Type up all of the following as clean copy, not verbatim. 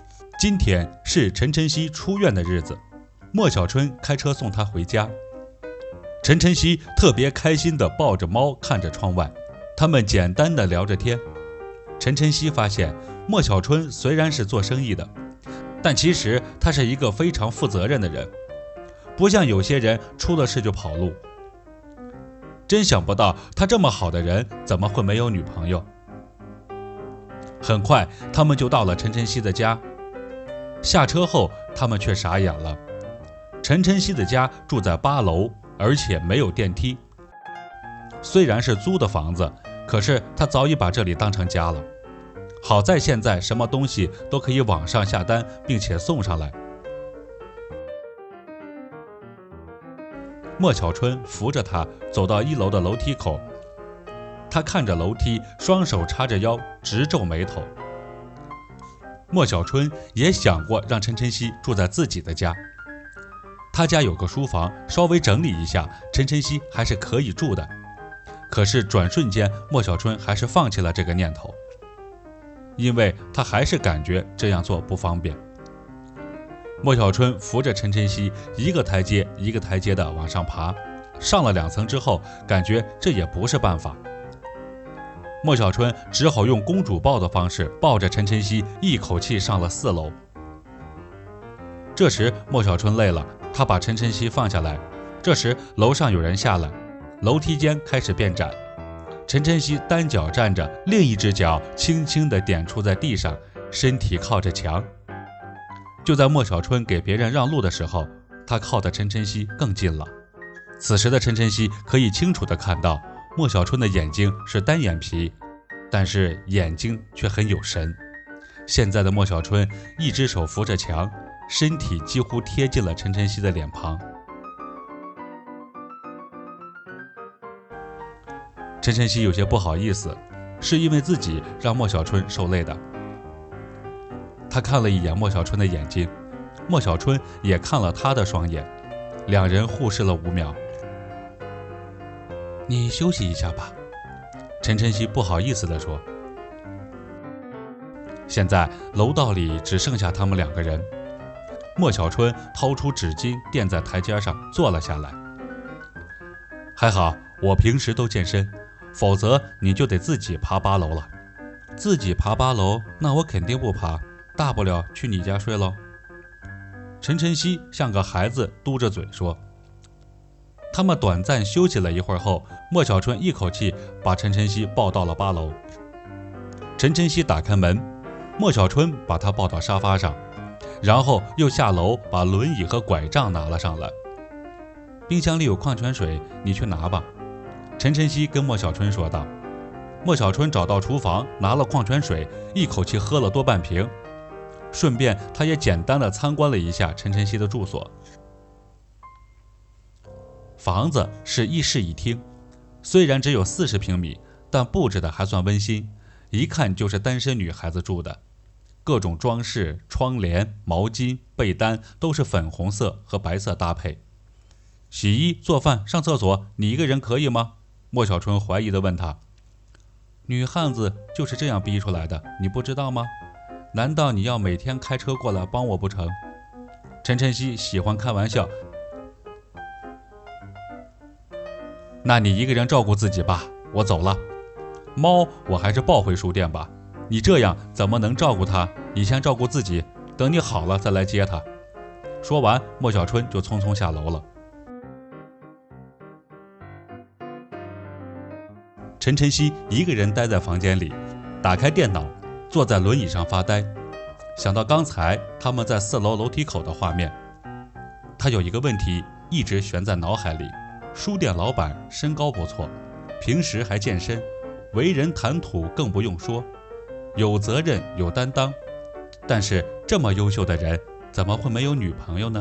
今天是陈晨曦出院的日子，莫小春开车送他回家。陈晨曦特别开心地抱着猫看着窗外，他们简单地聊着天。陈晨曦发现莫小春虽然是做生意的，但其实他是一个非常负责任的人，不像有些人出了事就跑路。真想不到他这么好的人怎么会没有女朋友。很快他们就到了陈晨曦的家，下车后他们却傻眼了。陈晨曦的家住在8楼，而且没有电梯。虽然是租的房子，可是他早已把这里当成家了。好在现在什么东西都可以网上下单并且送上来。莫小春扶着他走到1楼的楼梯口，他看着楼梯，双手叉着腰，直皱眉头。莫小春也想过让陈晨曦住在自己的家，他家有个书房，稍微整理一下，陈晨曦还是可以住的。可是转瞬间，莫小春还是放弃了这个念头，因为他还是感觉这样做不方便。莫小春扶着陈晨曦一个台阶一个台阶地往上爬，上了2层之后，感觉这也不是办法。莫小春只好用公主抱的方式抱着陈晨曦一口气上了4楼。这时莫小春累了，他把陈晨曦放下来。这时楼上有人下来，楼梯间开始变窄。陈晨曦单脚站着，另一只脚轻轻地点触在地上，身体靠着墙。就在莫小春给别人让路的时候，他靠得陈晨曦更近了。此时的陈晨曦可以清楚地看到莫小春的眼睛是单眼皮，但是眼睛却很有神。现在的莫小春一只手扶着墙，身体几乎贴近了陈晨曦的脸庞。陈晨曦有些不好意思，是因为自己让莫小春受累的。他看了一眼莫小春的眼睛，莫小春也看了他的双眼，两人互视了5秒。你休息一下吧，陈晨曦不好意思地说。现在楼道里只剩下他们2个人，莫小春掏出纸巾垫在台阶上坐了下来。还好我平时都健身，否则你就得自己爬8楼了。自己爬8楼，那我肯定不爬，大不了去你家睡喽。陈晨曦像个孩子嘟着嘴说。他们短暂休息了一会儿后，莫小春一口气把陈晨曦抱到了8楼。陈晨曦打开门，莫小春把他抱到沙发上，然后又下楼把轮椅和拐杖拿了上来。冰箱里有矿泉水，你去拿吧，陈晨曦跟莫小春说道。莫小春找到厨房拿了矿泉水，一口气喝了多半瓶。顺便他也简单的参观了一下陈晨曦的住所。房子是1室1厅，虽然只有40平米，但布置的还算温馨，一看就是单身女孩子住的。各种装饰、窗帘、毛巾、被单都是粉红色和白色搭配。洗衣、做饭、上厕所，你一个人可以吗？莫小春怀疑地问他。女汉子就是这样逼出来的，你不知道吗？难道你要每天开车过来帮我不成？陈晨曦喜欢开玩笑。那你一个人照顾自己吧，我走了。猫我还是抱回书店吧，你这样怎么能照顾它？你先照顾自己，等你好了再来接它。说完，莫小春就匆匆下楼了。陈晨曦一个人待在房间里，打开电脑，坐在轮椅上发呆，想到刚才他们在4楼楼梯口的画面，他有一个问题一直悬在脑海里。书店老板身高不错，平时还健身，为人谈吐更不用说，有责任有担当，但是这么优秀的人怎么会没有女朋友呢？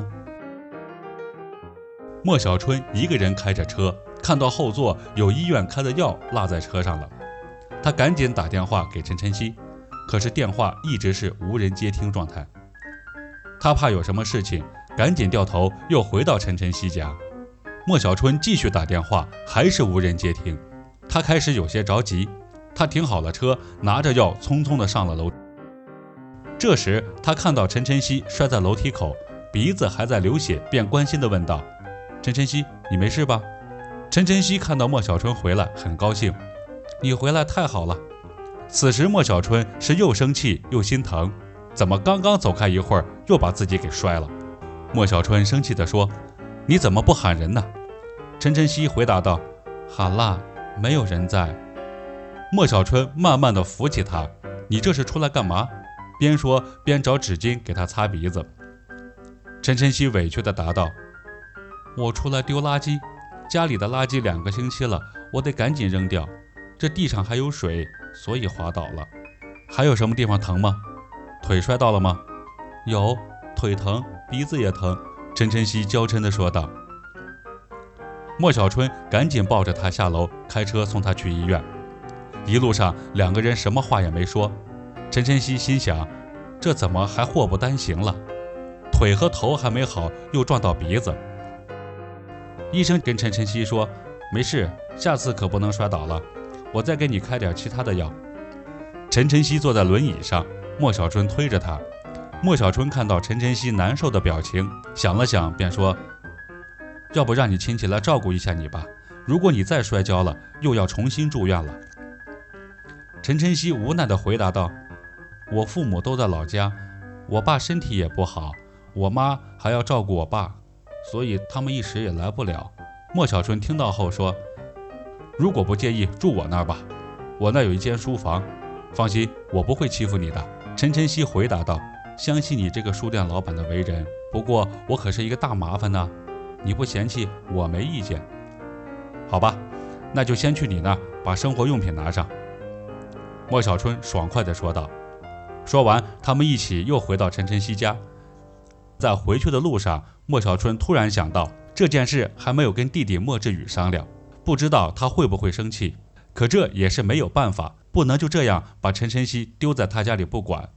莫小春一个人开着车，看到后座有医院开的药落在车上了，他赶紧打电话给陈晨曦，可是电话一直是无人接听状态。他怕有什么事情，赶紧掉头又回到陈晨曦家。莫小春继续打电话，还是无人接听，他开始有些着急。他停好了车，拿着药匆匆地上了楼。 这时他看到陈晨曦摔在楼梯口，鼻子还在流血，便关心地问道：陈晨曦，你没事吧？陈晨曦看到莫小春回来，很高兴。你回来太好了。此时莫小春是又生气又心疼，怎么刚刚走开一会儿，又把自己给摔了？莫小春生气地说：你怎么不喊人呢？陈晨曦回答道：喊啦，没有人在。莫小春慢慢地扶起他：你这是出来干嘛？边说边找纸巾给他擦鼻子。陈晨曦委屈地答道：我出来丢垃圾，家里的垃圾2个星期了，我得赶紧扔掉，这地上还有水，所以滑倒了。还有什么地方疼吗？腿摔到了吗？有，腿疼，鼻子也疼。陈晨曦娇嗔地说道。莫小春赶紧抱着他下楼，开车送他去医院。一路上2个人什么话也没说。陈晨曦心想，这怎么还祸不单行了？腿和头还没好，又撞到鼻子。医生跟陈晨曦说，没事，下次可不能摔倒了，我再给你开点其他的药。陈晨曦坐在轮椅上，莫小春推着他。莫小春看到陈晨曦难受的表情，想了想便说，要不让你亲戚来照顾一下你吧，如果你再摔跤了，又要重新住院了。陈晨曦无奈地回答道，我父母都在老家，我爸身体也不好，我妈还要照顾我爸，所以他们一时也来不了。莫小春听到后说，如果不介意，住我那儿吧，我那有一间书房，放心，我不会欺负你的。陈晨曦回答道，相信你这个书店老板的为人，不过我可是一个大麻烦呢，你不嫌弃我没意见。好吧，那就先去你那儿把生活用品拿上。莫小春爽快地说道。说完，他们一起又回到陈晨曦家。在回去的路上，莫小春突然想到这件事还没有跟弟弟莫志宇商量，不知道他会不会生气，可这也是没有办法，不能就这样把陈晨曦丢在他家里不管。